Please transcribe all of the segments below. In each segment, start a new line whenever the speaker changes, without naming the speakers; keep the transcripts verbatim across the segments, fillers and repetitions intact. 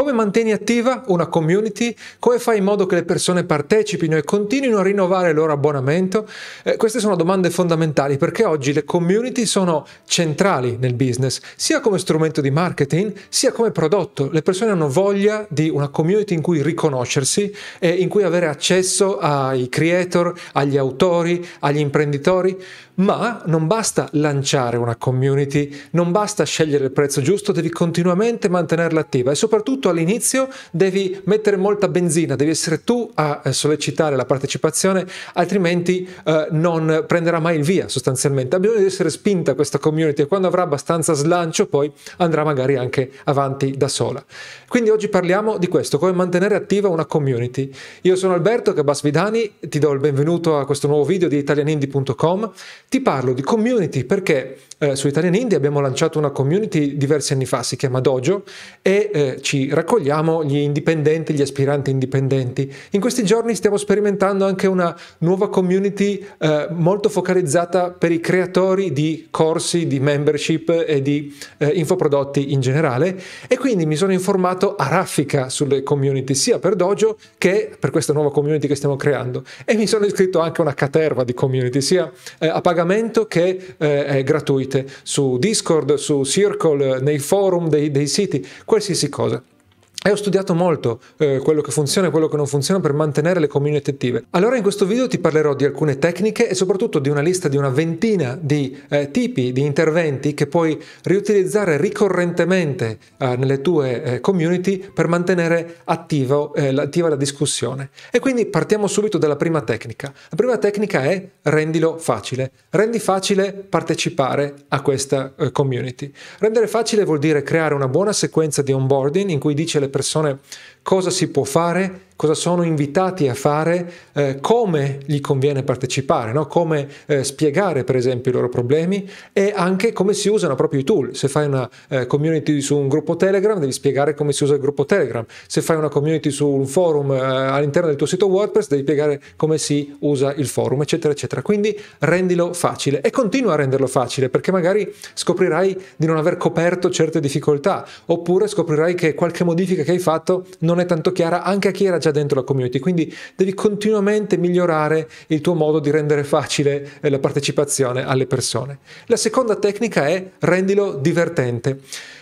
Come mantieni attiva una community? Come fai in modo che le persone partecipino e continuino a rinnovare il loro abbonamento? Eh, queste sono domande fondamentali perché oggi le community sono centrali nel business, sia come strumento di marketing, sia come prodotto. Le persone hanno voglia di una community in cui riconoscersi e in cui avere accesso ai creator, agli autori, agli imprenditori, ma non basta lanciare una community, non basta scegliere il prezzo giusto, devi continuamente mantenerla attiva e soprattutto all'inizio devi mettere molta benzina, devi essere tu a sollecitare la partecipazione, altrimenti eh, non prenderà mai il via sostanzialmente. Ha bisogno di essere spinta questa community e quando avrà abbastanza slancio poi andrà magari anche avanti da sola. Quindi oggi parliamo di questo, come mantenere attiva una community. Io sono Alberto Cabasvidani, ti do il benvenuto a questo nuovo video di italian indie punto com. Ti parlo di community perché eh, su Italian Indie abbiamo lanciato una community diversi anni fa, si chiama Dojo, e eh, ci raccogliamo gli indipendenti, gli aspiranti indipendenti. In questi giorni stiamo sperimentando anche una nuova community eh, molto focalizzata per i creatori di corsi, di membership e di eh, infoprodotti in generale, e quindi mi sono informato a raffica sulle community sia per Dojo che per questa nuova community che stiamo creando, e mi sono iscritto anche a una caterva di community sia eh, a pagamento che eh, gratuite su Discord, su Circle, nei forum dei, dei siti, qualsiasi cosa. E ho studiato molto eh, quello che funziona e quello che non funziona per mantenere le community attive. Allora in questo video ti parlerò di alcune tecniche e soprattutto di una lista di una ventina di eh, tipi di interventi che puoi riutilizzare ricorrentemente eh, nelle tue eh, community per mantenere attivo, eh, attiva la discussione. E quindi partiamo subito dalla prima tecnica. La prima tecnica è rendilo facile. Rendi facile partecipare a questa eh, community. Rendere facile vuol dire creare una buona sequenza di onboarding in cui dice alle persone cosa si può fare, cosa sono invitati a fare, eh, come gli conviene partecipare, no? Come eh, spiegare per esempio i loro problemi e anche come si usano proprio i tool. Se fai una eh, community su un gruppo Telegram devi spiegare come si usa il gruppo Telegram, se fai una community su un forum eh, all'interno del tuo sito WordPress devi spiegare come si usa il forum, eccetera eccetera. Quindi rendilo facile e continua a renderlo facile, perché magari scoprirai di non aver coperto certe difficoltà, oppure scoprirai che qualche modifica che hai fatto non è tanto chiara anche a chi era già dentro la community, quindi devi continuamente migliorare il tuo modo di rendere facile eh, la partecipazione alle persone. La seconda tecnica è rendilo divertente.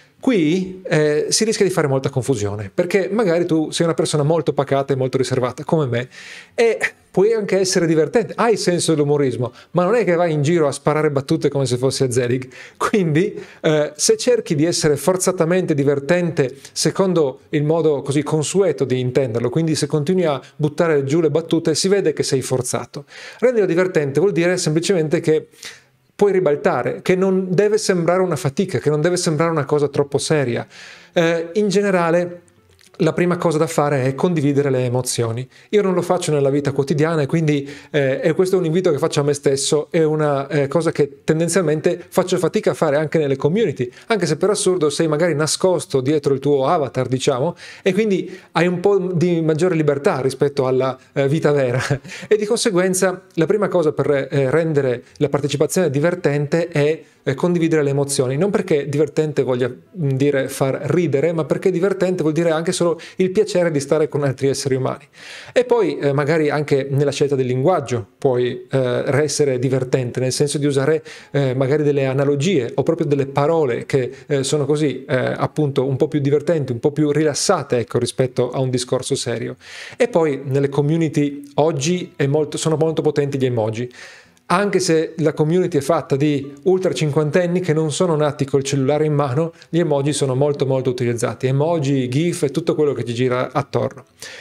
Qui eh, si rischia di fare molta confusione, perché magari tu sei una persona molto pacata e molto riservata come me e puoi anche essere divertente, hai senso dell'umorismo, ma non è che vai in giro a sparare battute come se fossi a Zelig. Quindi eh, se cerchi di essere forzatamente divertente secondo il modo così consueto di intenderlo, quindi se continui a buttare giù le battute si vede che sei forzato. Rendilo divertente vuol dire semplicemente che puoi ribaltare, che non deve sembrare una fatica, che non deve sembrare una cosa troppo seria. Eh, in generale, la prima cosa da fare è condividere le emozioni. Io non lo faccio nella vita quotidiana e quindi eh, e questo è un invito che faccio a me stesso, è una eh, cosa che tendenzialmente faccio fatica a fare anche nelle community, anche se per assurdo sei magari nascosto dietro il tuo avatar, diciamo, e quindi hai un po' di maggiore libertà rispetto alla eh, vita vera e di conseguenza la prima cosa per eh, rendere la partecipazione divertente è eh, condividere le emozioni, non perché divertente voglia dire far ridere, ma perché divertente vuol dire anche solo il piacere di stare con altri esseri umani. E poi eh, magari anche nella scelta del linguaggio puoi eh, essere divertente, nel senso di usare eh, magari delle analogie o proprio delle parole che eh, sono così eh, appunto un po' più divertenti, un po' più rilassate, ecco, rispetto a un discorso serio. E poi nelle community oggi è molto, sono molto potenti gli emoji. Anche se la community è fatta di ultra cinquantenni che non sono nati col cellulare in mano, gli emoji sono molto molto utilizzati. Emoji, GIF e tutto quello che ti gira attorno.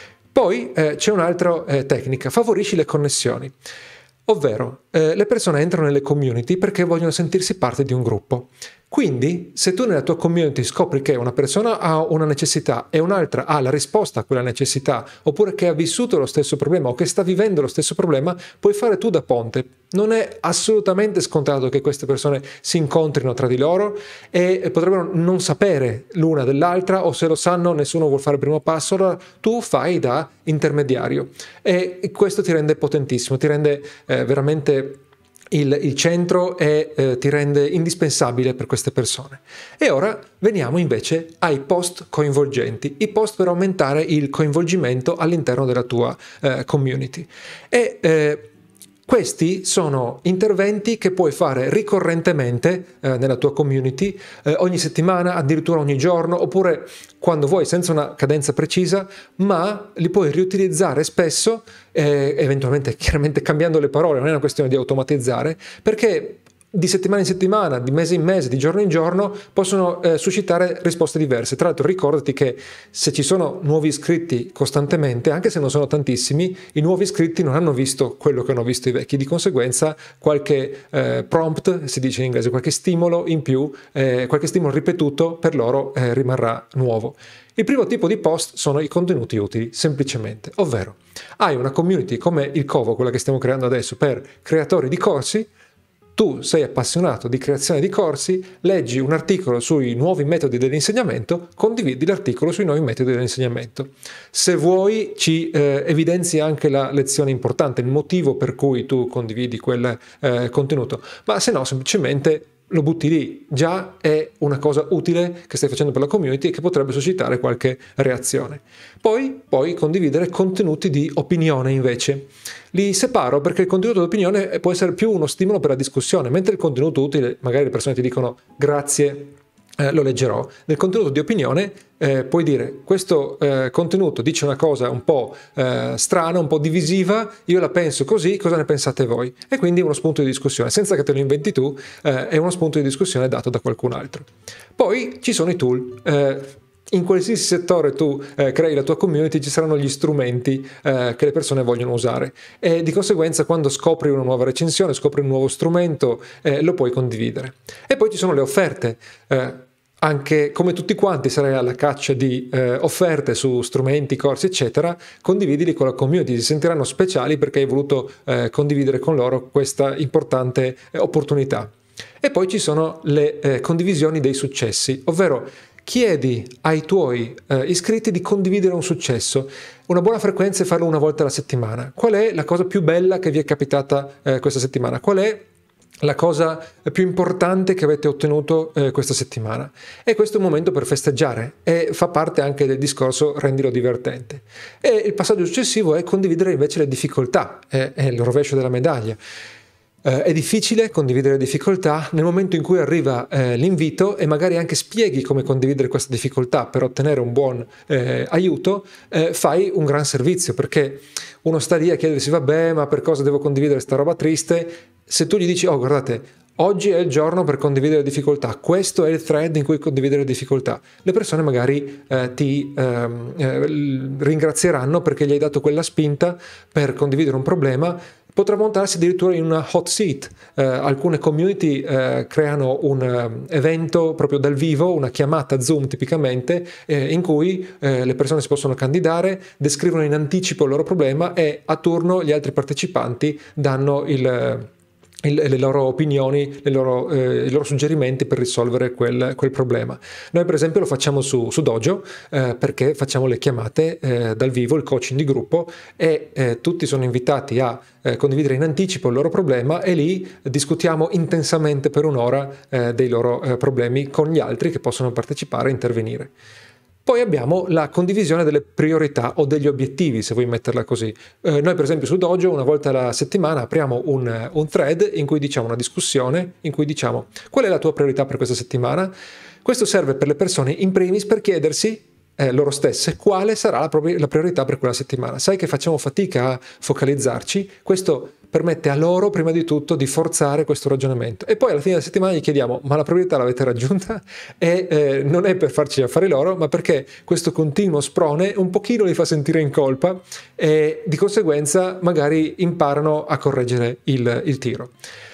Poi eh, c'è un'altra eh, tecnica, favorisci le connessioni. Ovvero, eh, le persone entrano nelle community perché vogliono sentirsi parte di un gruppo. Quindi, se tu nella tua community scopri che una persona ha una necessità e un'altra ha la risposta a quella necessità, oppure che ha vissuto lo stesso problema o che sta vivendo lo stesso problema, puoi fare tu da ponte. Non è assolutamente scontato che queste persone si incontrino tra di loro e potrebbero non sapere l'una dell'altra, o se lo sanno nessuno vuol fare il primo passo, allora tu fai da intermediario. E questo ti rende potentissimo, ti rende eh, veramente il, il centro e eh, ti rende indispensabile per queste persone. E ora veniamo invece ai post coinvolgenti, i post per aumentare il coinvolgimento all'interno della tua eh, community. E eh, questi sono interventi che puoi fare ricorrentemente eh, nella tua community, eh, ogni settimana, addirittura ogni giorno, oppure quando vuoi, senza una cadenza precisa, ma li puoi riutilizzare spesso, eh, eventualmente chiaramente cambiando le parole, non è una questione di automatizzare, perché di settimana in settimana, di mese in mese, di giorno in giorno possono eh, suscitare risposte diverse. Tra l'altro ricordati che se ci sono nuovi iscritti costantemente, anche se non sono tantissimi, i nuovi iscritti non hanno visto quello che hanno visto i vecchi, di conseguenza qualche eh, prompt, si dice in inglese, qualche stimolo in più, eh, qualche stimolo ripetuto per loro eh, rimarrà nuovo. Il primo tipo di post sono i contenuti utili, semplicemente, ovvero hai una community come il Covo, quella che stiamo creando adesso, per creatori di corsi. Tu sei appassionato di creazione di corsi, leggi un articolo sui nuovi metodi dell'insegnamento, condividi l'articolo sui nuovi metodi dell'insegnamento. Se vuoi ci eh, evidenzi anche la lezione importante, il motivo per cui tu condividi quel eh, contenuto, ma se no semplicemente lo butti lì. Già è una cosa utile che stai facendo per la community e che potrebbe suscitare qualche reazione. Poi puoi condividere contenuti di opinione invece. Li separo perché il contenuto di opinione può essere più uno stimolo per la discussione, mentre il contenuto utile, magari le persone ti dicono grazie, eh, lo leggerò. Nel contenuto di opinione eh, puoi dire questo eh, contenuto dice una cosa un po' eh, strana, un po' divisiva, io la penso così, cosa ne pensate voi? E quindi è uno spunto di discussione, senza che te lo inventi tu, eh, è uno spunto di discussione dato da qualcun altro. Poi ci sono i tool. Eh, In qualsiasi settore tu eh, crei la tua community, ci saranno gli strumenti eh, che le persone vogliono usare e di conseguenza quando scopri una nuova recensione, scopri un nuovo strumento, eh, lo puoi condividere. E poi ci sono le offerte. Eh, anche come tutti quanti sarai alla caccia di eh, offerte su strumenti, corsi eccetera, condividili con la community, si sentiranno speciali perché hai voluto eh, condividere con loro questa importante eh, opportunità. E poi ci sono le eh, condivisioni dei successi, ovvero chiedi ai tuoi eh, iscritti di condividere un successo. Una buona frequenza è farlo una volta alla settimana. Qual è la cosa più bella che vi è capitata eh, questa settimana? Qual è la cosa più importante che avete ottenuto eh, questa settimana? E questo è un momento per festeggiare e fa parte anche del discorso rendilo divertente. E il passaggio successivo è condividere invece le difficoltà, è, è il rovescio della medaglia. Eh, è difficile condividere difficoltà nel momento in cui arriva eh, l'invito e magari anche spieghi come condividere questa difficoltà per ottenere un buon eh, aiuto, eh, fai un gran servizio, perché uno sta lì a chiedersi vabbè ma per cosa devo condividere sta roba triste. Se tu gli dici oh guardate oggi è il giorno per condividere difficoltà, questo è il thread in cui condividere difficoltà, le persone magari eh, ti ehm, eh, ringrazieranno perché gli hai dato quella spinta per condividere un problema. Potrà montarsi addirittura in una hot seat. Eh, alcune community eh, creano un uh, evento proprio dal vivo, una chiamata Zoom tipicamente, eh, in cui eh, le persone si possono candidare, descrivono in anticipo il loro problema e a turno gli altri partecipanti danno il... le loro opinioni, le loro, eh, i loro suggerimenti per risolvere quel, quel problema. Noi per esempio lo facciamo su, su Dojo eh, perché facciamo le chiamate eh, dal vivo, il coaching di gruppo e eh, tutti sono invitati a eh, condividere in anticipo il loro problema e lì discutiamo intensamente per un'ora eh, dei loro eh, problemi con gli altri che possono partecipare e intervenire. Poi abbiamo la condivisione delle priorità o degli obiettivi, se vuoi metterla così. Eh, noi per esempio su Dojo una volta alla settimana apriamo un, un thread in cui diciamo una discussione, in cui diciamo qual è la tua priorità per questa settimana. Questo serve per le persone in primis per chiedersi eh, loro stesse quale sarà la, propria, la priorità per quella settimana. Sai che facciamo fatica a focalizzarci, questo permette a loro prima di tutto di forzare questo ragionamento e poi alla fine della settimana gli chiediamo ma la priorità l'avete raggiunta? E eh, non è per farci affari loro ma perché questo continuo sprone un pochino li fa sentire in colpa e di conseguenza magari imparano a correggere il, il tiro.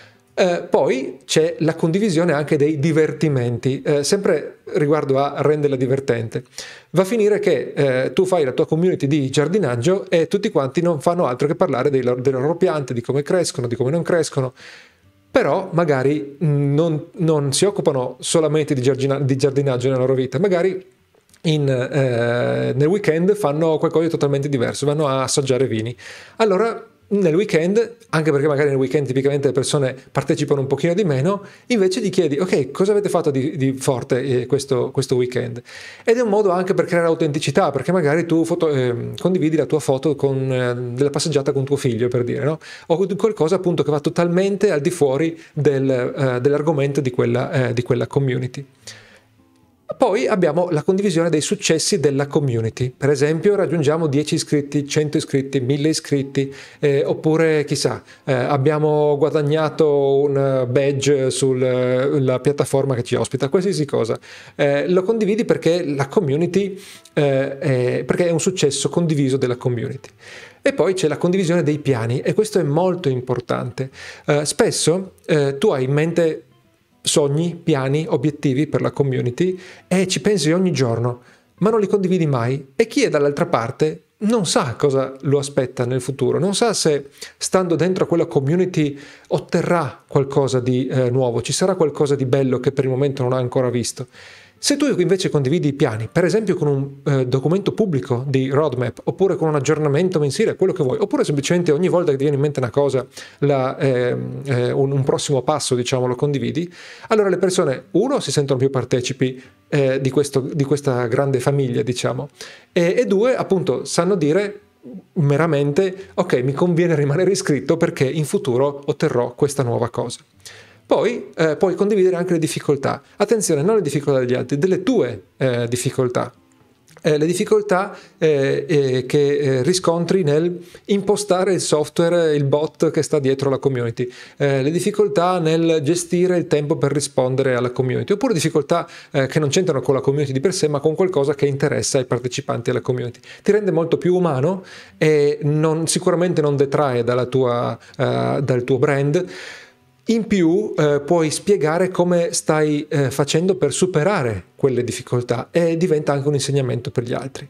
Eh, poi c'è la condivisione anche dei divertimenti, eh, sempre riguardo a renderla divertente. Va a finire che eh, tu fai la tua community di giardinaggio e tutti quanti non fanno altro che parlare dei loro, delle loro piante, di come crescono, di come non crescono, però magari non, non si occupano solamente di, giardina, di giardinaggio nella loro vita, magari in, eh, nel weekend fanno qualcosa di totalmente diverso, vanno a assaggiare vini. Allora nel weekend, anche perché magari nel weekend tipicamente le persone partecipano un pochino di meno, invece gli chiedi, ok, cosa avete fatto di, di forte eh, questo, questo weekend? Ed è un modo anche per creare autenticità, perché magari tu foto, eh, condividi la tua foto con, eh, della passeggiata con tuo figlio, per dire, no? O qualcosa appunto che va totalmente al di fuori del, eh, dell'argomento di quella, eh, di quella community. Poi abbiamo la condivisione dei successi della community. Per esempio raggiungiamo dieci iscritti, cento iscritti, mille iscritti, eh, oppure chissà, eh, abbiamo guadagnato un badge sulla piattaforma che ci ospita, qualsiasi cosa. Eh, lo condividi perché la community, eh, è, perché è un successo condiviso della community. E poi c'è la condivisione dei piani, e questo è molto importante. Eh, spesso eh, tu hai in mente sogni, piani, obiettivi per la community e ci pensi ogni giorno, ma non li condividi mai, e chi è dall'altra parte non sa cosa lo aspetta nel futuro, non sa se stando dentro a quella community otterrà qualcosa di eh, nuovo, ci sarà qualcosa di bello che per il momento non ha ancora visto. Se tu invece condividi i piani, per esempio con un eh, documento pubblico di roadmap, oppure con un aggiornamento mensile, quello che vuoi, oppure semplicemente ogni volta che ti viene in mente una cosa, la, eh, eh, un, un prossimo passo, diciamo, lo condividi, allora le persone, uno, si sentono più partecipi eh, di, questo, di questa grande famiglia, diciamo, e, e due, appunto, sanno dire meramente, ok, mi conviene rimanere iscritto perché in futuro otterrò questa nuova cosa. Poi eh, puoi condividere anche le difficoltà. Attenzione, non le difficoltà degli altri, delle tue eh, difficoltà. Eh, le difficoltà eh, eh, che eh, riscontri nel impostare il software, il bot che sta dietro la community, eh, le difficoltà nel gestire il tempo per rispondere alla community, oppure difficoltà eh, che non c'entrano con la community di per sé, ma con qualcosa che interessa ai partecipanti alla community. Ti rende molto più umano e non, sicuramente non detrae dalla tua, uh, dal tuo brand. In più eh, puoi spiegare come stai eh, facendo per superare quelle difficoltà, e diventa anche un insegnamento per gli altri.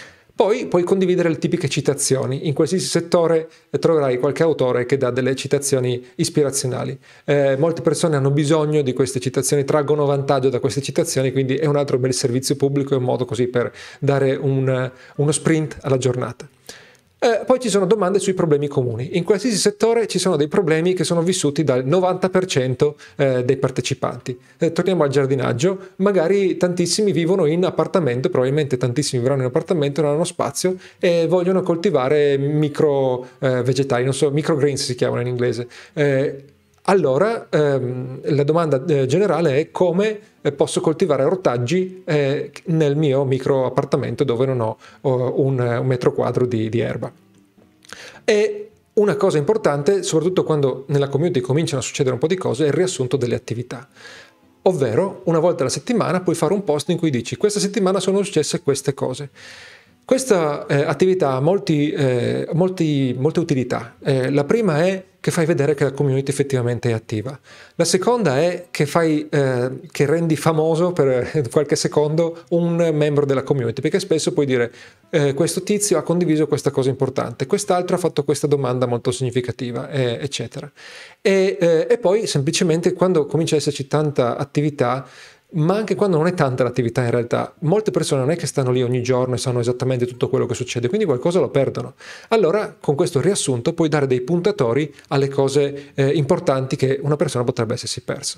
Poi puoi condividere le tipiche citazioni. In qualsiasi settore eh, troverai qualche autore che dà delle citazioni ispirazionali. Eh, molte persone hanno bisogno di queste citazioni, traggono vantaggio da queste citazioni, quindi è un altro bel servizio pubblico, è un modo così per dare un, uno sprint alla giornata. Eh, poi ci sono domande sui problemi comuni. In qualsiasi settore ci sono dei problemi che sono vissuti dal novanta per cento eh, dei partecipanti. Eh, torniamo al giardinaggio, magari tantissimi vivono in appartamento, probabilmente tantissimi vivranno in appartamento, non hanno spazio e vogliono coltivare micro eh, vegetali, non so, microgreens si chiamano in inglese. Eh, Allora, ehm, la domanda eh, generale è come eh, posso coltivare ortaggi eh, nel mio micro appartamento dove non ho oh, un, un metro quadro di, di erba. E una cosa importante, soprattutto quando nella community cominciano a succedere un po' di cose, è il riassunto delle attività. Ovvero, una volta alla settimana puoi fare un post in cui dici: questa settimana sono successe queste cose. Questa eh, attività ha molti, eh, molti, molte utilità. Eh, la prima è che fai vedere che la community effettivamente è attiva. La seconda è che, fai, eh, che rendi famoso per qualche secondo un membro della community, perché spesso puoi dire eh, questo tizio ha condiviso questa cosa importante, quest'altro ha fatto questa domanda molto significativa, eh, eccetera. E, eh, e poi semplicemente quando comincia ad esserci tanta attività, ma anche quando non è tanta l'attività in realtà, molte persone non è che stanno lì ogni giorno e sanno esattamente tutto quello che succede, quindi qualcosa lo perdono. Allora con questo riassunto puoi dare dei puntatori alle cose eh, importanti che una persona potrebbe essersi persa.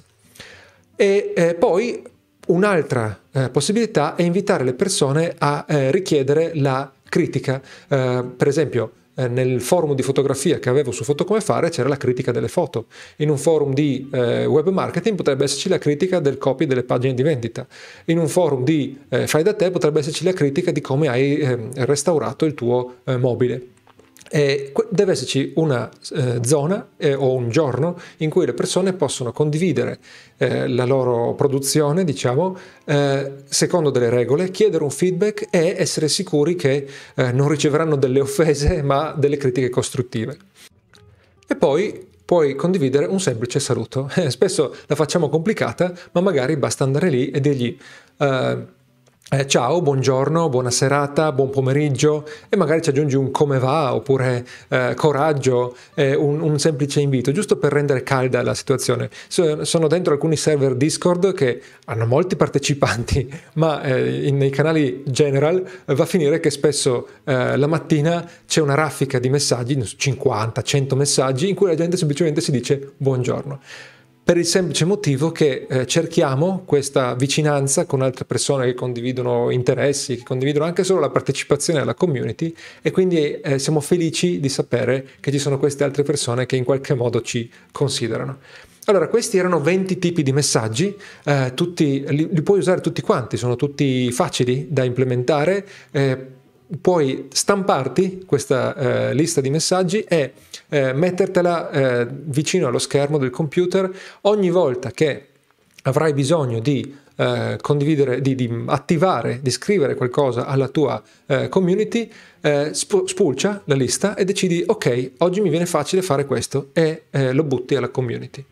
E eh, poi un'altra eh, possibilità è invitare le persone a eh, richiedere la critica, eh, per esempio nel forum di fotografia che avevo su Foto Come Fare c'era la critica delle foto. In un forum di eh, web marketing potrebbe esserci la critica del copy delle pagine di vendita. In un forum di eh, fai da te potrebbe esserci la critica di come hai eh, restaurato il tuo eh, mobile. E deve esserci una eh, zona eh, o un giorno in cui le persone possono condividere eh, la loro produzione, diciamo, eh, secondo delle regole, chiedere un feedback e essere sicuri che eh, non riceveranno delle offese ma delle critiche costruttive. E poi puoi condividere un semplice saluto. Eh, spesso la facciamo complicata, ma magari basta andare lì e dirgli Uh, Eh, ciao, buongiorno, buona serata, buon pomeriggio e magari ci aggiungi un come va oppure eh, coraggio, eh, un, un semplice invito, giusto per rendere calda la situazione. So- sono dentro alcuni server Discord che hanno molti partecipanti, ma eh, in- nei canali general eh, va a finire che spesso eh, la mattina c'è una raffica di messaggi, cinquanta, cento messaggi, in cui la gente semplicemente si dice buongiorno. Per il semplice motivo che eh, cerchiamo questa vicinanza con altre persone che condividono interessi, che condividono anche solo la partecipazione alla community e quindi eh, siamo felici di sapere che ci sono queste altre persone che in qualche modo ci considerano. Allora, questi erano venti tipi di messaggi, eh, tutti, li, li puoi usare tutti quanti, sono tutti facili da implementare. Eh, puoi stamparti questa eh, lista di messaggi e eh, mettertela eh, vicino allo schermo del computer ogni volta che avrai bisogno di eh, condividere, di, di attivare, di scrivere qualcosa alla tua eh, community, eh, sp- spulcia la lista e decidi ok, oggi mi viene facile fare questo e eh, lo butti alla community.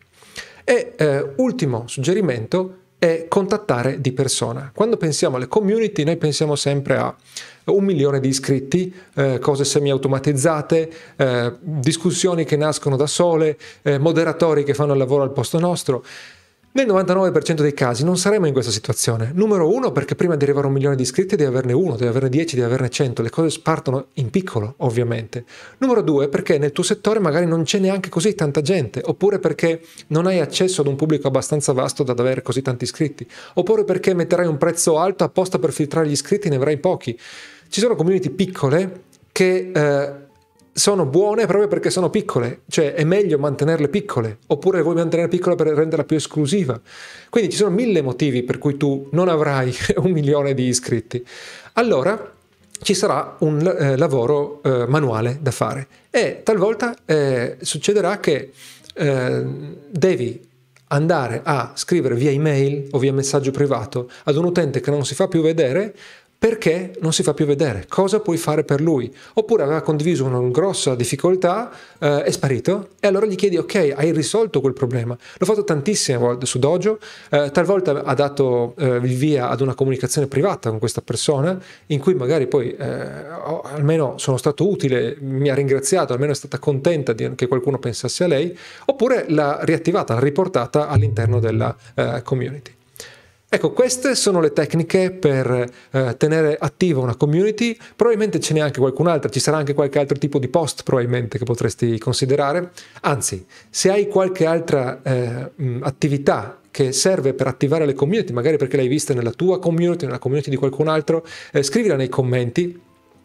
E eh, ultimo suggerimento è contattare di persona. Quando pensiamo alle community noi pensiamo sempre a un milione di iscritti, eh, cose semi-automatizzate, eh, discussioni che nascono da sole, eh, moderatori che fanno il lavoro al posto nostro. Nel novantanove per cento dei casi non saremo in questa situazione. Numero uno, perché prima di arrivare a un milione di iscritti devi averne uno, devi averne dieci, devi averne cento. Le cose partono in piccolo, ovviamente. Numero due, perché nel tuo settore magari non c'è neanche così tanta gente, oppure perché non hai accesso ad un pubblico abbastanza vasto da avere così tanti iscritti, oppure perché metterai un prezzo alto apposta per filtrare gli iscritti e ne avrai pochi. Ci sono community piccole che eh, sono buone proprio perché sono piccole, cioè è meglio mantenerle piccole, oppure vuoi mantenerle piccole per renderla più esclusiva. Quindi ci sono mille motivi per cui tu non avrai un milione di iscritti. Allora ci sarà un eh, lavoro eh, manuale da fare e talvolta eh, succederà che eh, devi andare a scrivere via email o via messaggio privato ad un utente che non si fa più vedere. Perché non si fa più vedere? Cosa puoi fare per lui? Oppure aveva condiviso una grossa difficoltà, eh, è sparito, e allora gli chiedi, ok, hai risolto quel problema. L'ho fatto tantissime volte su Dojo, eh, talvolta ha dato eh, il via ad una comunicazione privata con questa persona, in cui magari poi eh, ho, almeno sono stato utile, mi ha ringraziato, almeno è stata contenta di, che qualcuno pensasse a lei, oppure l'ha riattivata, l'ha riportata all'interno della eh, community. Ecco, queste sono le tecniche per eh, tenere attiva una community. Probabilmente ce n'è anche qualcun'altra, ci sarà anche qualche altro tipo di post probabilmente che potresti considerare. Anzi, se hai qualche altra eh, attività che serve per attivare le community, magari perché l'hai vista nella tua community, nella community di qualcun altro, eh, scrivila nei commenti.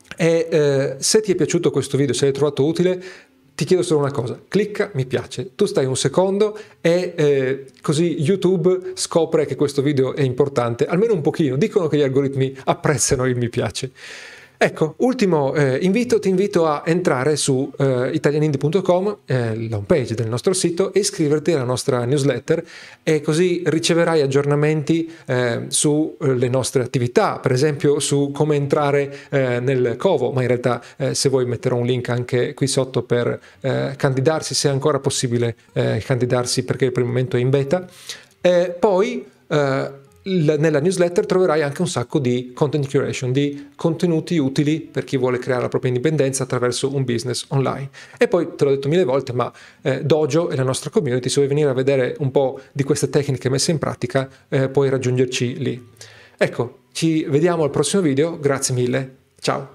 E eh, se ti è piaciuto questo video, se l'hai trovato utile, ti chiedo solo una cosa, clicca mi piace, tu stai un secondo e eh, così YouTube scopre che questo video è importante, almeno un pochino, dicono che gli algoritmi apprezzano il mi piace. Ecco, ultimo eh, invito, ti invito a entrare su eh, italianindie punto com, eh, la home page del nostro sito, e iscriverti alla nostra newsletter e così riceverai aggiornamenti eh, sulle nostre attività, per esempio su come entrare eh, nel covo, ma in realtà eh, se vuoi metterò un link anche qui sotto per eh, candidarsi, se è ancora possibile eh, candidarsi perché per il momento è in beta. E poi eh, nella newsletter troverai anche un sacco di content curation, di contenuti utili per chi vuole creare la propria indipendenza attraverso un business online. E poi, te l'ho detto mille volte, ma eh, Dojo è la nostra community, se vuoi venire a vedere un po' di queste tecniche messe in pratica, eh, puoi raggiungerci lì. Ecco, ci vediamo al prossimo video, grazie mille, ciao!